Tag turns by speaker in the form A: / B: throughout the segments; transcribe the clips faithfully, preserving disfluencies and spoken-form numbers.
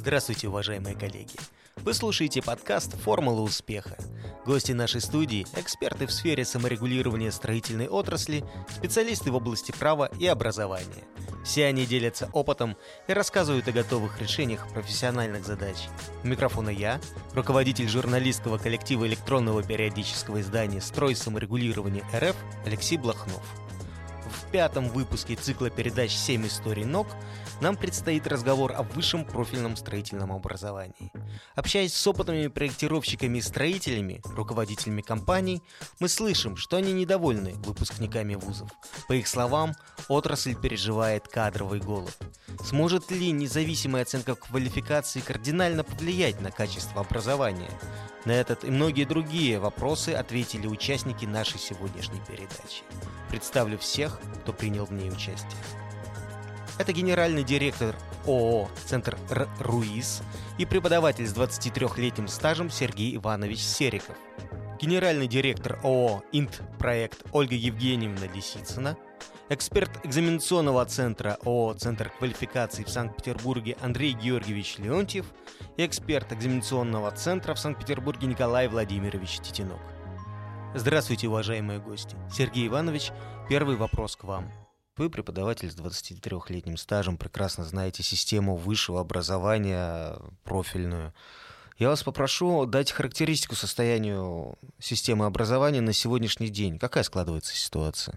A: Здравствуйте, уважаемые коллеги! Вы слушаете подкаст «Формула успеха». Гости нашей студии – эксперты в сфере саморегулирования строительной отрасли, специалисты в области права и образования. Все они делятся опытом и рассказывают о готовых решениях профессиональных задач. У микрофона я, руководитель журналистского коллектива электронного периодического издания «Строй саморегулирования РФ» Алексей Блохнов. В пятом выпуске цикла передач «семь историй НОК» нам предстоит разговор о высшем профильном строительном образовании. Общаясь с опытными проектировщиками и строителями, руководителями компаний, мы слышим, что они недовольны выпускниками вузов. По их словам, отрасль переживает кадровый голод. Сможет ли независимая оценка квалификации кардинально повлиять на качество образования? На этот и многие другие вопросы ответили участники нашей сегодняшней передачи. Представлю всех, кто принял в ней участие. Это генеральный директор ООО «Центр РУИС» и преподаватель с двадцатитрёхлетним стажем Сергей Иванович Сериков. Генеральный директор ООО «Инт-проект» Ольга Евгеньевна Лисицына. Эксперт экзаменационного центра ООО «Центр квалификации» в Санкт-Петербурге Андрей Георгиевич Леонтьев и эксперт экзаменационного центра в Санкт-Петербурге Николай Владимирович Титинок. Здравствуйте, уважаемые гости. Сергей Иванович, первый вопрос к вам. Вы преподаватель с двадцатитрёхлетним стажем, прекрасно знаете систему высшего образования профильную. Я вас попрошу дать характеристику состоянию системы образования на сегодняшний день. Какая складывается ситуация?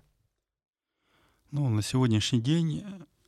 B: Ну, на сегодняшний день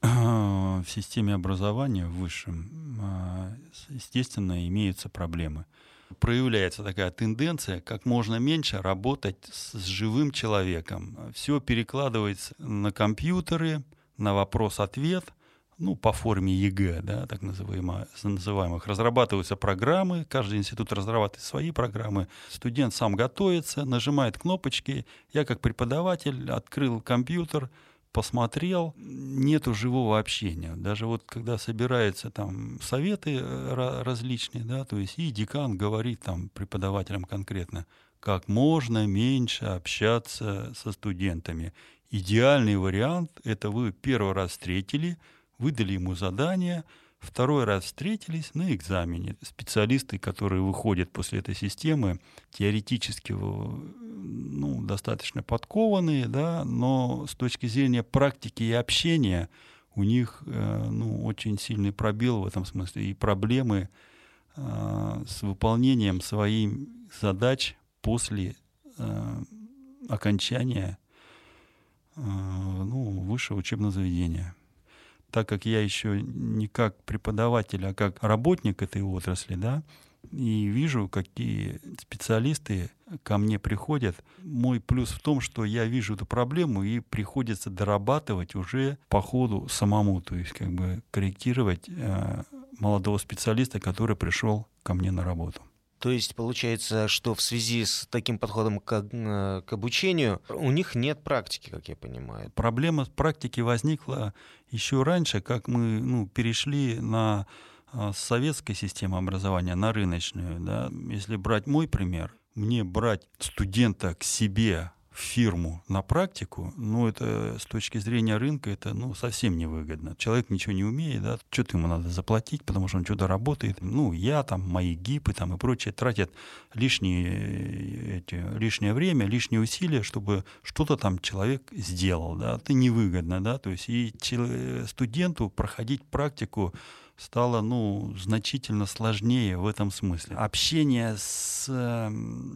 B: в системе образования в высшем, естественно, имеются проблемы. Проявляется такая тенденция, как можно меньше работать с живым человеком. Все перекладывается на компьютеры, на вопрос-ответ, ну, по форме ЕГЭ, да, так называемых. Разрабатываются программы, каждый институт разрабатывает свои программы. Студент сам готовится, нажимает кнопочки. Я как преподаватель открыл компьютер, посмотрел, нету живого общения. Даже вот когда собираются там советы различные, да, то есть и декан говорит там преподавателям конкретно, как можно меньше общаться со студентами. Идеальный вариант — это вы первый раз встретили, выдали ему задание, второй раз встретились на экзамене. Специалисты, которые выходят после этой системы, теоретически ну, достаточно подкованные, да, но с точки зрения практики и общения у них ну, очень сильный пробел в этом смысле и проблемы э, с выполнением своих задач после э, окончания э, ну, высшего учебного заведения. Так как я еще не как преподаватель, а как работник этой отрасли, да, и вижу, какие специалисты ко мне приходят. Мой плюс в том, что я вижу эту проблему и приходится дорабатывать уже по ходу самому, то есть как бы корректировать э, молодого специалиста, который пришел ко мне на работу.
A: То есть получается, что в связи с таким подходом к, к обучению у них нет практики, как я понимаю.
B: Проблема практики возникла еще раньше, как мы ну, перешли на с советской системы образования на рыночную. Да. Если брать мой пример, мне брать студента к себе в фирму на практику, ну, это с точки зрения рынка, это ну, совсем невыгодно. Человек ничего не умеет, да, что-то ему надо заплатить, потому что он что-то работает. Ну, я, там, мои гипы там, и прочее тратят лишние, эти, лишнее время, лишние усилия, чтобы что-то там человек сделал. Да. Это невыгодно. Да, то есть и студенту проходить практику стало ну, значительно сложнее в этом смысле. Общение с э,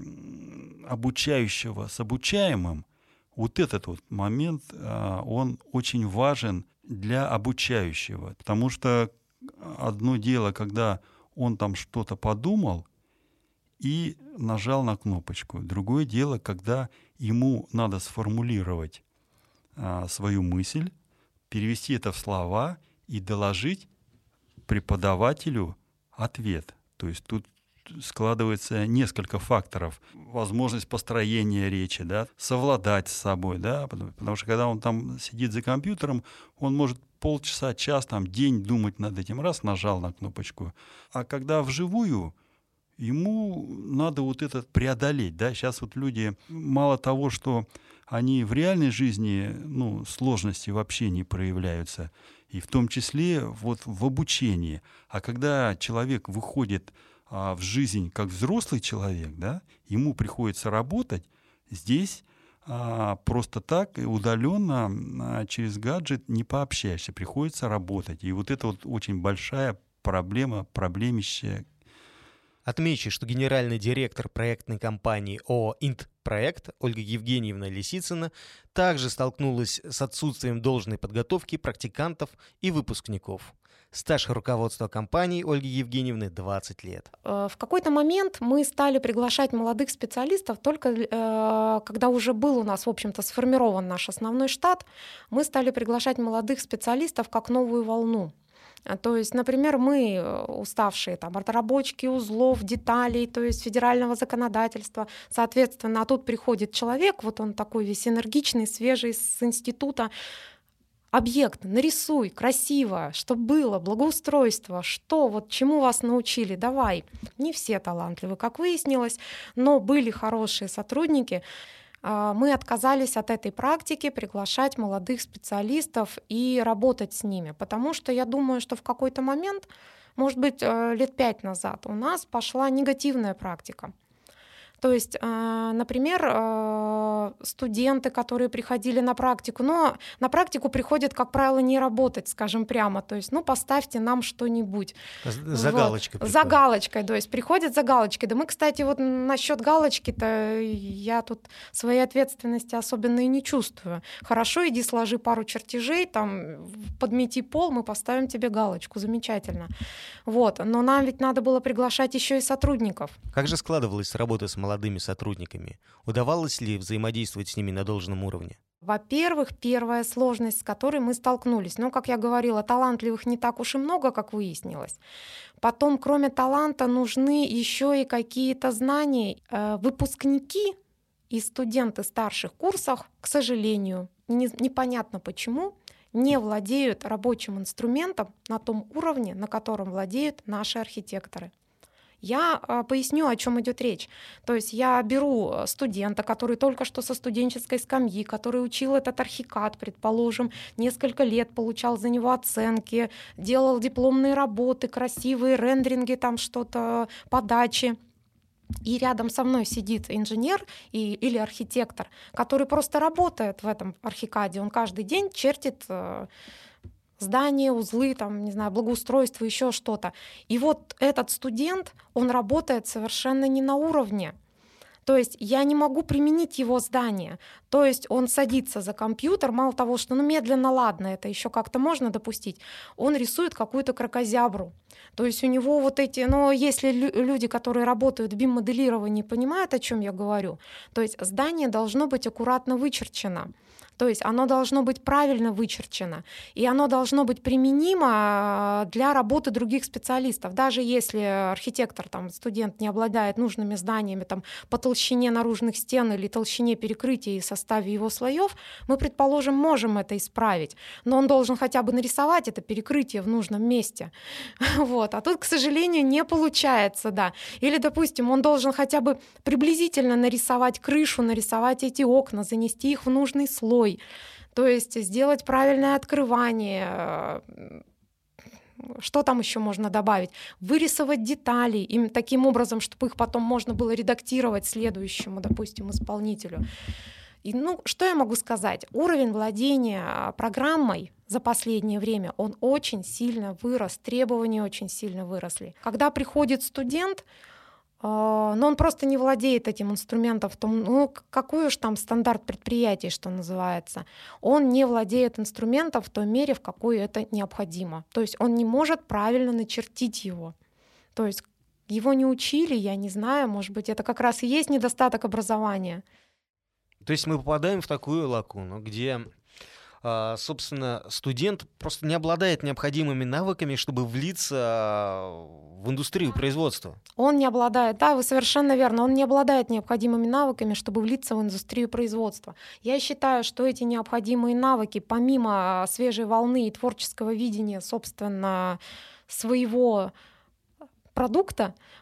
B: обучающего с обучаемым, вот этот вот момент, э, он очень важен для обучающего. Потому что одно дело, когда он там что-то подумал и нажал на кнопочку. Другое дело, когда ему надо сформулировать э, свою мысль, перевести это в слова и доложить преподавателю ответ. То есть тут складывается несколько факторов. Возможность построения речи, да, совладать с собой, да, потому, потому что когда он там сидит за компьютером, он может полчаса, час, там, день думать над этим, раз нажал на кнопочку. А когда вживую, ему надо вот это преодолеть, да. Сейчас вот люди, мало того, что они в реальной жизни, ну, сложности в общении проявляются, и в том числе вот в обучении. А когда человек выходит а, в жизнь как взрослый человек, да, ему приходится работать, здесь а, просто так удаленно а, через гаджет не пообщаешься, приходится работать. И вот это вот очень большая проблема, проблемище.
A: Отмечу, что генеральный директор проектной компании ООО «Инт-проект» Ольга Евгеньевна Лисицына также столкнулась с отсутствием должной подготовки практикантов и выпускников. Стаж руководства компании Ольги Евгеньевны двадцать лет.
C: В какой-то момент мы стали приглашать молодых специалистов только э, когда уже был у нас, в общем-то, сформирован наш основной штат, мы стали приглашать молодых специалистов как новую волну. То есть, например, мы, уставшие там, от разработки узлов, деталей, то есть федерального законодательства, соответственно, а тут приходит человек, вот он такой весь энергичный, свежий, с института, объект, нарисуй, красиво, чтобы было, благоустройство, что, вот чему вас научили, давай. Не все талантливы, как выяснилось, но были хорошие сотрудники. Мы отказались от этой практики приглашать молодых специалистов и работать с ними, потому что я думаю, что в какой-то момент, может быть, лет пять назад у нас пошла негативная практика. То есть, например, студенты, которые приходили на практику, но на практику приходят, как правило, не работать, скажем прямо, то есть, ну, поставьте нам что-нибудь.
A: За вот. галочкой.
C: Приходят. За галочкой, то есть приходят за галочкой. Да мы, кстати, вот насчет галочки-то я тут своей ответственности особенно и не чувствую. Хорошо, иди сложи пару чертежей, там, подмети пол, мы поставим тебе галочку, замечательно. Вот, но нам ведь надо было приглашать еще и сотрудников.
A: Как же складывалась работа с молодыми молодыми сотрудниками? Удавалось ли взаимодействовать с ними на должном уровне?
C: Во-первых, первая сложность, с которой мы столкнулись, ну, как я говорила, талантливых не так уж и много, как выяснилось. Потом, кроме таланта, нужны еще и какие-то знания. Выпускники и студенты старших курсов, к сожалению, не, непонятно почему, не владеют рабочим инструментом на том уровне, на котором владеют наши архитекторы. Я а, поясню, о чем идет речь. То есть я беру студента, который только что со студенческой скамьи, который учил этот архикад, предположим, несколько лет получал за него оценки, делал дипломные работы, красивые рендеринги, там что-то, подачи. И рядом со мной сидит инженер и, или архитектор, который просто работает в этом архикаде. Он каждый день чертит э, здания, узлы, там, не знаю, благоустройство, еще что-то. И вот этот студент, он работает совершенно не на уровне. То есть я не могу применить его здание. То есть он садится за компьютер, мало того, что ну, медленно, ладно, это еще как-то можно допустить, он рисует какую-то кракозябру. То есть у него вот эти, ну, если люди, которые работают в бим-моделировании, понимают, о чем я говорю, то есть здание должно быть аккуратно вычерчено. То есть оно должно быть правильно вычерчено, и оно должно быть применимо для работы других специалистов. Даже если архитектор, там, студент не обладает нужными знаниями там, по толщине наружных стен или толщине перекрытия и составе его слоев, мы, предположим, можем это исправить. Но он должен хотя бы нарисовать это перекрытие в нужном месте. Вот. А тут, к сожалению, не получается. Да. Или, допустим, он должен хотя бы приблизительно нарисовать крышу, нарисовать эти окна, занести их в нужный слой. То есть сделать правильное открывание. Что там еще можно добавить? Вырисовать детали им таким образом, чтобы их потом можно было редактировать следующему, допустим, исполнителю. И, ну, что я могу сказать? Уровень владения программой за последнее время, он очень сильно вырос, требования очень сильно выросли. Когда приходит студент, но он просто не владеет этим инструментом, в том, ну, какой уж там стандарт предприятий, что называется. Он не владеет инструментом в той мере, в какой это необходимо. То есть он не может правильно начертить его. То есть его не учили, я не знаю, может быть, это как раз и есть недостаток образования.
A: То есть мы попадаем в такую лакуну, где, собственно, студент просто не обладает необходимыми навыками, чтобы влиться в индустрию производства.
C: Он не обладает, да, вы совершенно верно, он не обладает необходимыми навыками, чтобы влиться в индустрию производства. Я считаю, что эти необходимые навыки, помимо свежей волны и творческого видения, собственно, своего продукта, вот,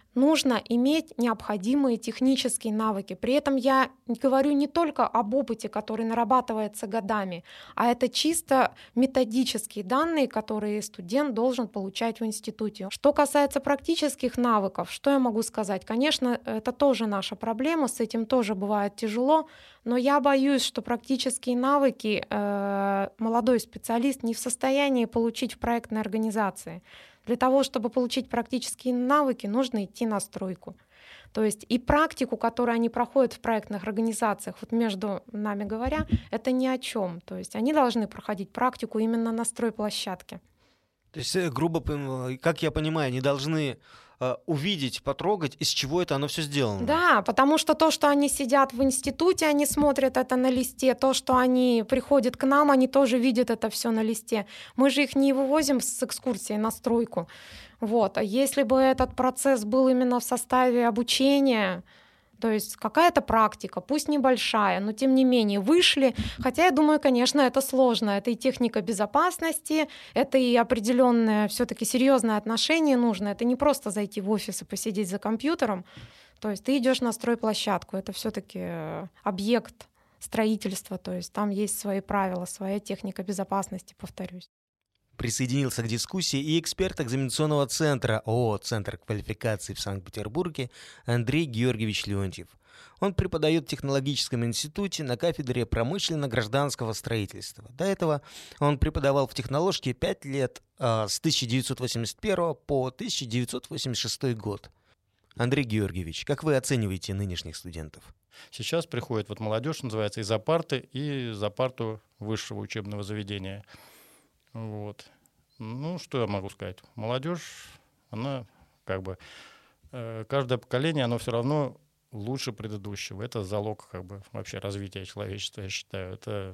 C: нужно иметь необходимые технические навыки. При этом я говорю не только об опыте, который нарабатывается годами, а это чисто методические данные, которые студент должен получать в институте. Что касается практических навыков, что я могу сказать? Конечно, это тоже наша проблема, с этим тоже бывает тяжело, но я боюсь, что практические навыки э, молодой специалист не в состоянии получить в проектной организации. Для того, чтобы получить практические навыки, нужно идти на стройку. То есть и практику, которую они проходят в проектных организациях, вот между нами говоря, это ни о чем. То есть они должны проходить практику именно на стройплощадке.
A: То есть, грубо, как я понимаю, они должны э, увидеть, потрогать, из чего это оно все сделано.
C: Да, потому что то, что они сидят в институте, они смотрят это на листе, то, что они приходят к нам, они тоже видят это все на листе. Мы же их не вывозим с экскурсии на стройку. Вот. А если бы этот процесс был именно в составе обучения, то есть какая-то практика, пусть небольшая, но тем не менее вышли. Хотя я думаю, конечно, это сложно. Это и техника безопасности, это и определенное все-таки серьезное отношение нужно. Это не просто зайти в офис и посидеть за компьютером. То есть ты идешь на стройплощадку. Это все-таки объект строительства. То есть там есть свои правила, своя техника безопасности, повторюсь.
A: Присоединился к дискуссии и эксперт экзаменационного центра ООО «Центр квалификации» в Санкт-Петербурге Андрей Георгиевич Леонтьев. Он преподает в технологическом институте на кафедре промышленно-гражданского строительства. До этого он преподавал в техноложке пять лет с тысяча девятьсот восемьдесят первого по тысяча девятьсот восемьдесят шестой год. Андрей Георгиевич, как вы оцениваете нынешних студентов?
D: Сейчас приходит вот молодежь, называется, и за парты, и за парту высшего учебного заведения. Вот. Ну, что я могу сказать? Молодежь, она как бы... Э, каждое поколение, оно все равно лучше предыдущего. Это залог как бы вообще развития человечества, я считаю. Это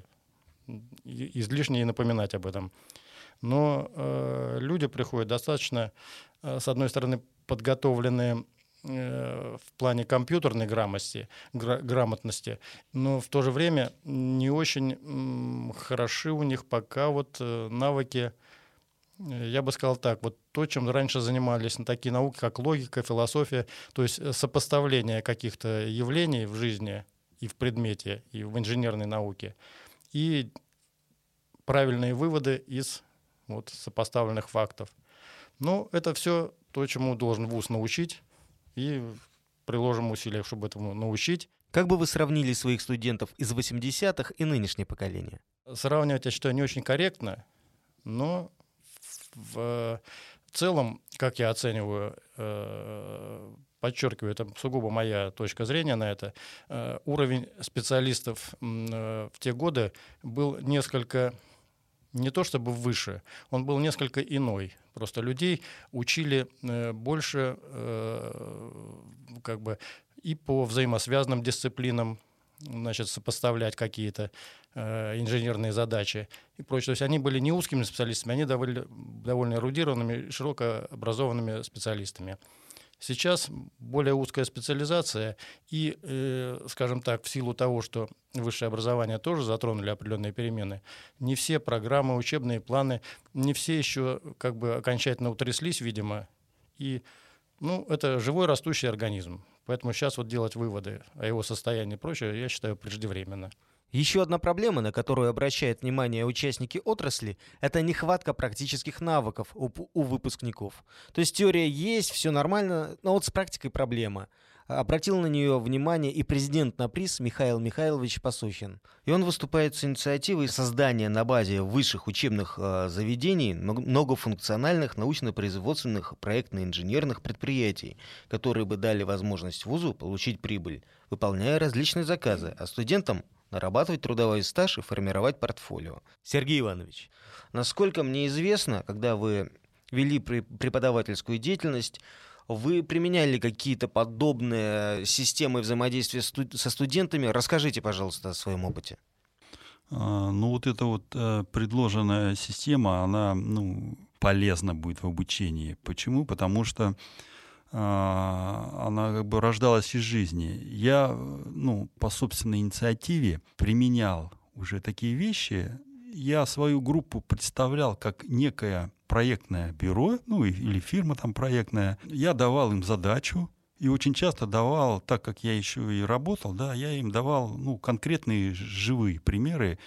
D: излишне напоминать об этом. Но э, люди приходят достаточно, э, с одной стороны, подготовленные э, в плане компьютерной грамотности, гра- грамотности, но в то же время не очень м, хороши у них пока вот э, навыки, э, я бы сказал так, вот то, чем раньше занимались на такие науки, как логика, философия, то есть сопоставление каких-то явлений в жизни и в предмете, и в инженерной науке, и правильные выводы из вот, сопоставленных фактов. Но это все то, чему должен вуз научить, и приложим усилия, чтобы этому научить.
A: Как бы вы сравнили своих студентов из восьмидесятых и нынешнее поколение?
D: Сравнивать, я считаю, не очень корректно, но в целом, как я оцениваю, подчеркиваю, это сугубо моя точка зрения на это, уровень специалистов в те годы был несколько, не то чтобы выше, он был несколько иной. Просто людей учили больше как бы и по взаимосвязанным дисциплинам, значит, сопоставлять какие-то э, инженерные задачи и прочее. То есть они были не узкими специалистами, они довольно, довольно эрудированными, широко образованными специалистами. Сейчас более узкая специализация и, э, скажем так, в силу того, что высшее образование тоже затронули определенные перемены, не все программы, учебные планы, не все еще как бы окончательно утряслись, видимо, и ну, это живой растущий организм. Поэтому сейчас вот делать выводы о его состоянии и прочее, я считаю, преждевременно.
A: Еще одна проблема, на которую обращают внимание участники отрасли, это нехватка практических навыков у, у выпускников. То есть теория есть, все нормально, но вот с практикой проблема. Обратил на нее внимание и президент НАПРИС Михаил Михайлович Пасухин. И он выступает с инициативой создания на базе высших учебных э, заведений многофункциональных научно-производственных проектно-инженерных предприятий, которые бы дали возможность вузу получить прибыль, выполняя различные заказы, а студентам нарабатывать трудовой стаж и формировать портфолио. Сергей Иванович, насколько мне известно, когда вы вели преподавательскую деятельность, вы применяли какие-то подобные системы взаимодействия со студентами? Расскажите, пожалуйста, о своем опыте.
B: А, ну, вот эта вот а, предложенная система, она ну, полезна будет в обучении. Почему? Потому что а, она как бы рождалась из жизни. Я ну, по собственной инициативе применял уже такие вещи. Я свою группу представлял как некое проектное бюро, ну или фирма там проектная. Я давал им задачу. И очень часто давал, так как я еще и работал, да, я им давал ну, конкретные живые примеры.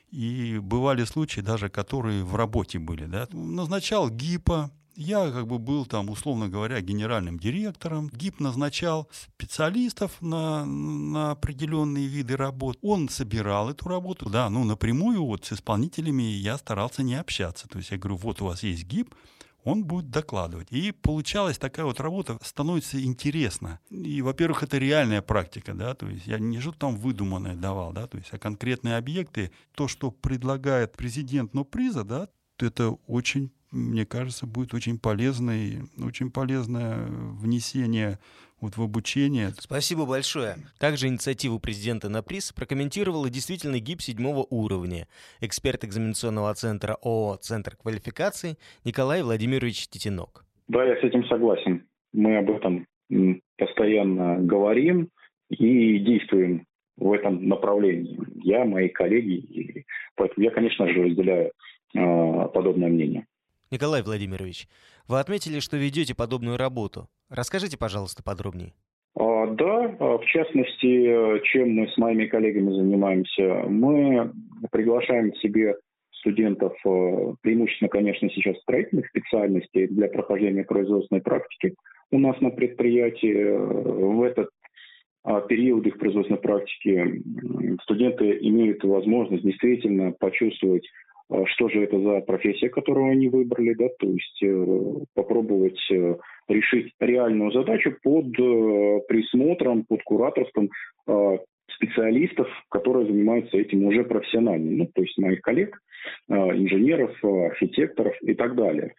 B: И бывали случаи даже, которые в работе были. Да. Назначал ГИПа. Я как бы был там, условно говоря, генеральным директором. ГИП назначал специалистов на, на определенные виды работ. Он собирал эту работу. Да, ну напрямую вот с исполнителями я старался не общаться. То есть я говорю, вот у вас есть ГИП, он будет докладывать. И получалась такая вот работа, становится интересно. И, во-первых, это реальная практика, да, то есть я не что-то там выдуманное давал, да, то есть, а конкретные объекты, то, что предлагает президент Ноприза, да, это очень, мне кажется, будет очень полезное, очень полезное внесение вот в обучение.
A: Спасибо большое. Также инициативу президента Ноприз прокомментировал и действительно ГИП седьмого уровня, эксперт экзаменационного центра ООО «Центр квалификации» Николай Владимирович Титинок.
E: Да, я с этим согласен. Мы об этом постоянно говорим и действуем в этом направлении. Я, мои коллеги, и поэтому я, конечно же, разделяю э, подобное мнение.
A: Николай Владимирович, вы отметили, что ведете подобную работу. Расскажите, пожалуйста, подробнее.
E: А, да, в частности, чем мы с моими коллегами занимаемся, мы приглашаем к себе студентов, преимущественно, конечно, сейчас строительных специальностей для прохождения производственной практики у нас на предприятии. В этот период их производственной практики студенты имеют возможность действительно почувствовать, что же это за профессия, которую они выбрали, да, то есть э, попробовать э, решить реальную задачу под э, присмотром, под кураторством э, специалистов, которые занимаются этим уже профессионально, ну, то есть моих коллег, э, инженеров, архитекторов и так далее.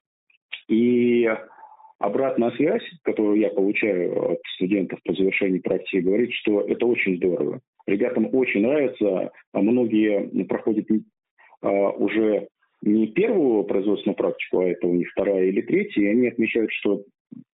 E: И обратная связь, которую я получаю от студентов по завершении практики, говорит, что это очень здорово. Ребятам очень нравится, а многие проходят уже не первую производственную практику, а это у них вторая или третья, и они отмечают, что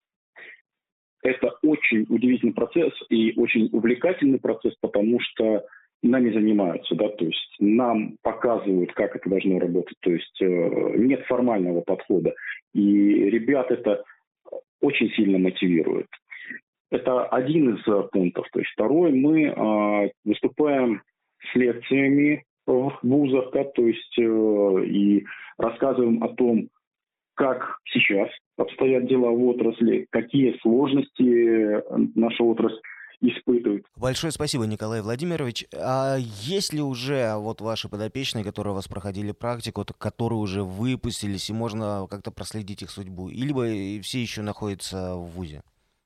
E: это очень удивительный процесс и очень увлекательный процесс, потому что нами занимаются, да, то есть нам показывают, как это должно работать, то есть э, нет формального подхода, и ребят это очень сильно мотивирует. Это один из пунктов. То есть второй, мы э, выступаем с лекциями в вузах, да, то есть э, и рассказываем о том, как сейчас обстоят дела в отрасли, какие сложности наша отрасль испытывает.
A: Большое спасибо, Николай Владимирович. А есть ли уже вот ваши подопечные, которые у вас проходили практику, которые уже выпустились, и можно как-то проследить их судьбу? Или все еще находятся в вузе?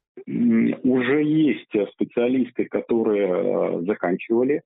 E: Уже есть специалисты, которые заканчивали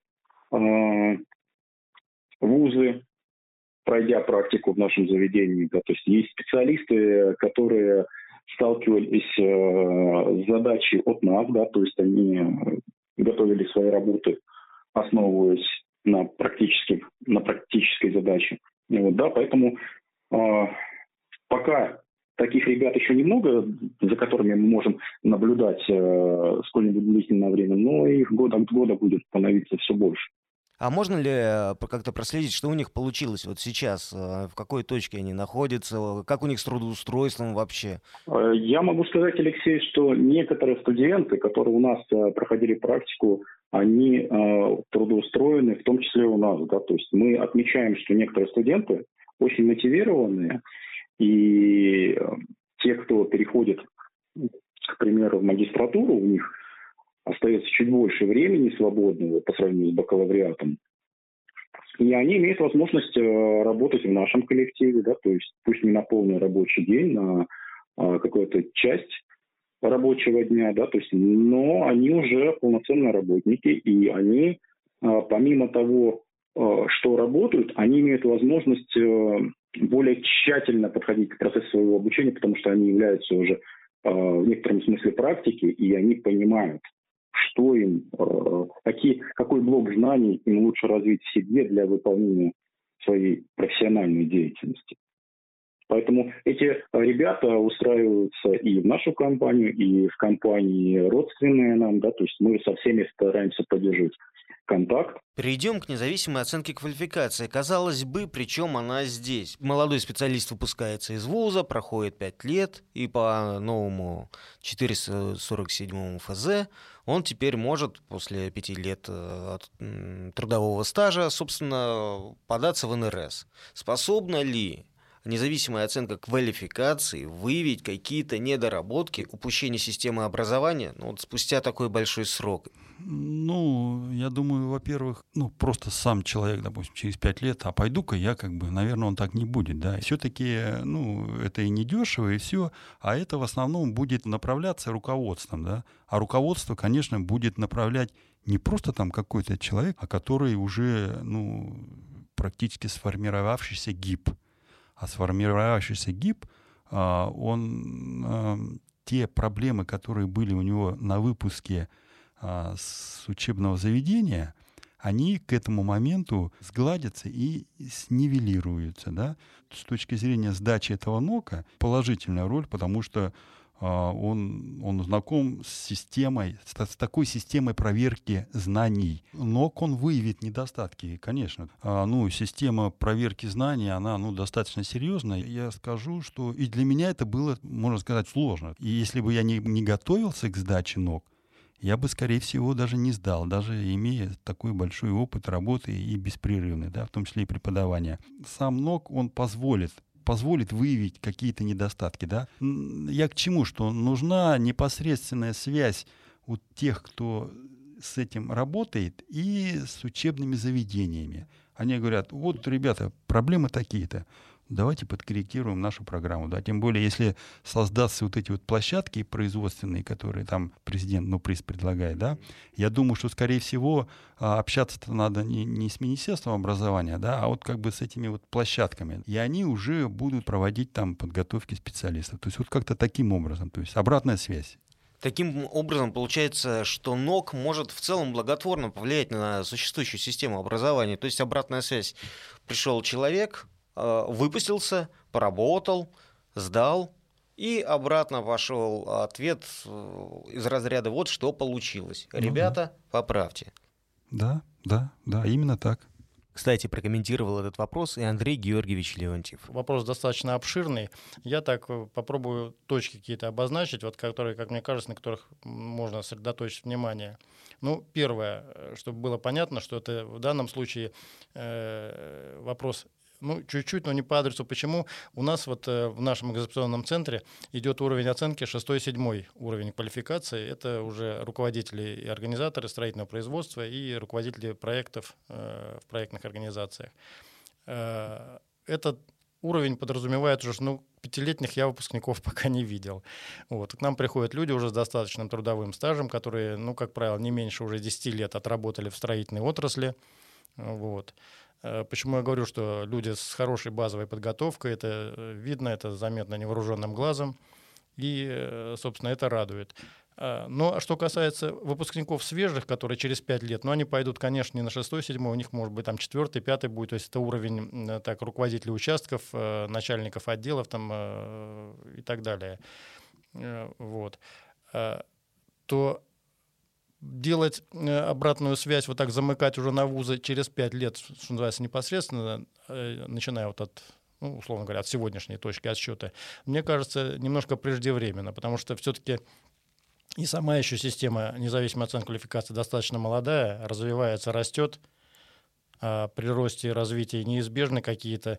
E: вузы, пройдя практику в нашем заведении. Да, то есть есть специалисты, которые сталкивались э, с задачей от нас, да, то есть они готовили свои работы, основываясь на, практических, на практической задаче. И вот, да, поэтому э, пока таких ребят еще немного, за которыми мы можем наблюдать э, сколь-нибудь длительное время, но их год от года будет становиться все больше.
A: А можно ли как-то проследить, что у них получилось вот сейчас, в какой точке они находятся, как у них с трудоустройством вообще?
E: Я могу сказать, Алексей, что некоторые студенты, которые у нас проходили практику, они трудоустроены, в том числе у нас. Да? То есть мы отмечаем, что некоторые студенты очень мотивированные, и те, кто переходит, к примеру, в магистратуру, у них остается чуть больше времени свободного по сравнению с бакалавриатом. И они имеют возможность работать в нашем коллективе, да, то есть пусть не на полный рабочий день, на а, какую-то часть рабочего дня, да, то есть, но они уже полноценные работники, и они, а, помимо того, а, что работают, они имеют возможность а, более тщательно подходить к процессу своего обучения, потому что они являются уже а, в некотором смысле практики, и они понимают, что им, какие, какой блок знаний им лучше развить в себе для выполнения своей профессиональной деятельности. Поэтому эти ребята устраиваются и в нашу компанию, и в компании родственные нам, да, то есть мы со всеми стараемся поддерживать контакт.
A: Перейдем к независимой оценке квалификации. Казалось бы, причем она здесь. Молодой специалист выпускается из вуза, проходит пять лет, и по новому четыреста сорок седьмому эф зэ он теперь может после пяти лет трудового стажа, собственно, податься в эн эр эс. Способна ли независимая оценка квалификации выявить какие-то недоработки, упущения системы образования, ну, вот спустя такой большой срок?
B: Ну, я думаю, во-первых, ну, просто сам человек, допустим, через пять лет, а пойду-ка я, как бы, наверное, он так не будет, да. Все-таки, ну, это и не дешево, и все, а это в основном будет направляться руководством, да. А руководство, конечно, будет направлять не просто там какой-то человек, а который уже, ну, практически сформировавшийся гиб. А сформировавшийся гиб, он те проблемы, которые были у него на выпуске с учебного заведения, они к этому моменту сгладятся и снивелируются. Да? С точки зрения сдачи этого нока положительная роль, потому что Он, он знаком с системой, с, с такой системой проверки знаний. нок, он выявит недостатки, конечно. А, ну, система проверки знаний, она, ну, достаточно серьезная. Я скажу, что и для меня это было, можно сказать, сложно. И если бы я не, не готовился к сдаче нок, я бы, скорее всего, даже не сдал, даже имея такой большой опыт работы и беспрерывный, да, в том числе и преподавания. Сам нок, он позволит позволит выявить какие-то недостатки. Да? Я к чему? Что нужна непосредственная связь у тех, кто с этим работает, и с учебными заведениями. Они говорят, вот, ребята, проблемы такие-то. Давайте подкорректируем нашу программу. Да? Тем более, если создастся вот эти вот площадки производственные, которые там президент, ну, приз предлагает, да, я думаю, что, скорее всего, общаться-то надо не, не с Министерством образования, да, а вот как бы с этими вот площадками. И они уже будут проводить там подготовки специалистов. То есть вот как-то таким образом, то есть обратная связь.
A: Таким образом, получается, что нок может в целом благотворно повлиять на существующую систему образования. То есть обратная связь. Пришел человек, выпустился, поработал, сдал, и обратно пошел ответ из разряда «вот что получилось». Ребята, ну, да. Поправьте.
B: Да, да, да, именно так.
A: Кстати, прокомментировал этот вопрос и Андрей Георгиевич Леонтьев.
D: Вопрос достаточно обширный. Я так попробую точки какие-то обозначить, вот, которые, как мне кажется, на которых можно сосредоточить внимание. Ну, первое, чтобы было понятно, что это в данном случае э, вопрос... Ну, чуть-чуть, но не по адресу. Почему? У нас вот э, в нашем экзаменационном центре идет уровень оценки шестой-седьмой уровень квалификации. Это уже руководители и организаторы строительного производства и руководители проектов э, в проектных организациях. Э, этот уровень подразумевает уже, ну, пятилетних я выпускников пока не видел. Вот. К нам приходят люди уже с достаточным трудовым стажем, которые, ну, как правило, не меньше уже десяти лет отработали в строительной отрасли. Вот. Почему я говорю, что люди с хорошей базовой подготовкой, это видно, это заметно невооруженным глазом, и, собственно, это радует. Но что касается выпускников свежих, которые через пять лет, ну, они пойдут, конечно, не на шестой, седьмой, у них, может быть, там четвертый, пятый будет, то есть это уровень так, руководителей участков, начальников отделов там, и так далее. Вот. То делать обратную связь, вот так замыкать уже на вузы через пять лет, что называется, непосредственно, начиная вот от, ну, условно говоря, от сегодняшней точки отсчета, мне кажется, немножко преждевременно, потому что все-таки и сама еще система независимой оценки квалификации достаточно молодая, развивается, растет, а при росте и развитии неизбежны какие-то,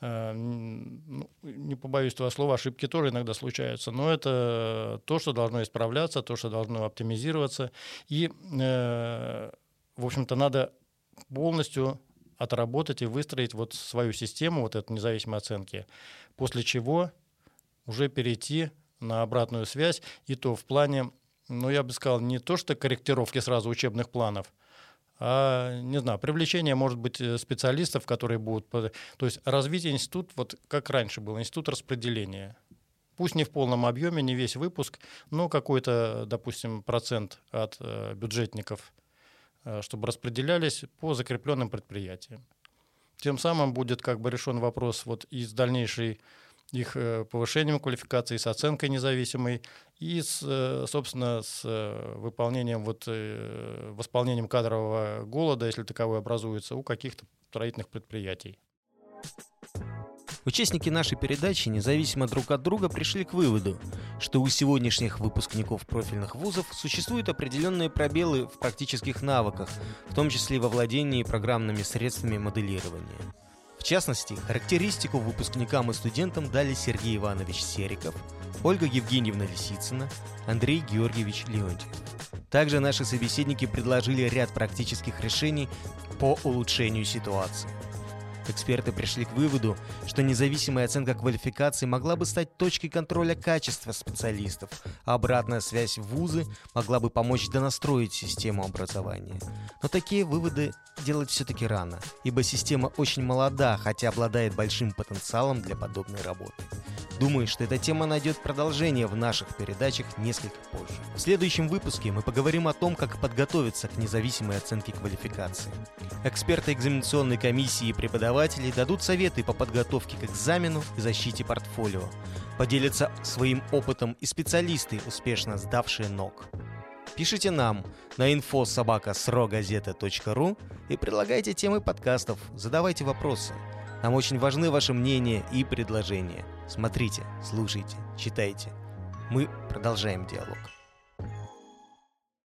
D: ну, не побоюсь этого слова, ошибки тоже иногда случаются, но это то, что должно исправляться, то, что должно оптимизироваться. И, в общем-то, надо полностью отработать и выстроить вот свою систему, вот эту независимой оценки, после чего уже перейти на обратную связь, и то в плане, ну, я бы сказал, не то, что корректировки сразу учебных планов, а, не знаю, привлечение, может быть, специалистов, которые будут... То есть развитие института, вот как раньше был, институт распределения. Пусть не в полном объеме, не весь выпуск, но какой-то, допустим, процент от э, бюджетников, э, чтобы распределялись по закрепленным предприятиям. Тем самым будет как бы решен вопрос вот и с дальнейшей их повышением квалификации, с оценкой независимой и, с, собственно, с выполнением, вот, восполнением кадрового голода, если таковой образуется, у каких-то строительных предприятий.
A: Участники нашей передачи независимо друг от друга пришли к выводу, что у сегодняшних выпускников профильных вузов существуют определенные пробелы в практических навыках, в том числе во владении программными средствами моделирования. В частности, характеристику выпускникам и студентам дали Сергей Иванович Сериков, Ольга Евгеньевна Лисицына, Андрей Георгиевич Леонтьев. Также наши собеседники предложили ряд практических решений по улучшению ситуации. Эксперты пришли к выводу, что независимая оценка квалификации могла бы стать точкой контроля качества специалистов, а обратная связь в вузы могла бы помочь донастроить систему образования. Но такие выводы делать все-таки рано, ибо система очень молода, хотя обладает большим потенциалом для подобной работы. Думаю, что эта тема найдет продолжение в наших передачах несколько позже. В следующем выпуске мы поговорим о том, как подготовиться к независимой оценке квалификации. Эксперты экзаменационной комиссии и преподаватели дадут советы по подготовке к экзамену и защите портфолио. Поделятся своим опытом и специалисты, успешно сдавшие НОК. Пишите нам на инфо собака срогазета точка ру и предлагайте темы подкастов, задавайте вопросы. Нам очень важны ваше мнение и предложения. Смотрите, слушайте, читайте. Мы продолжаем диалог.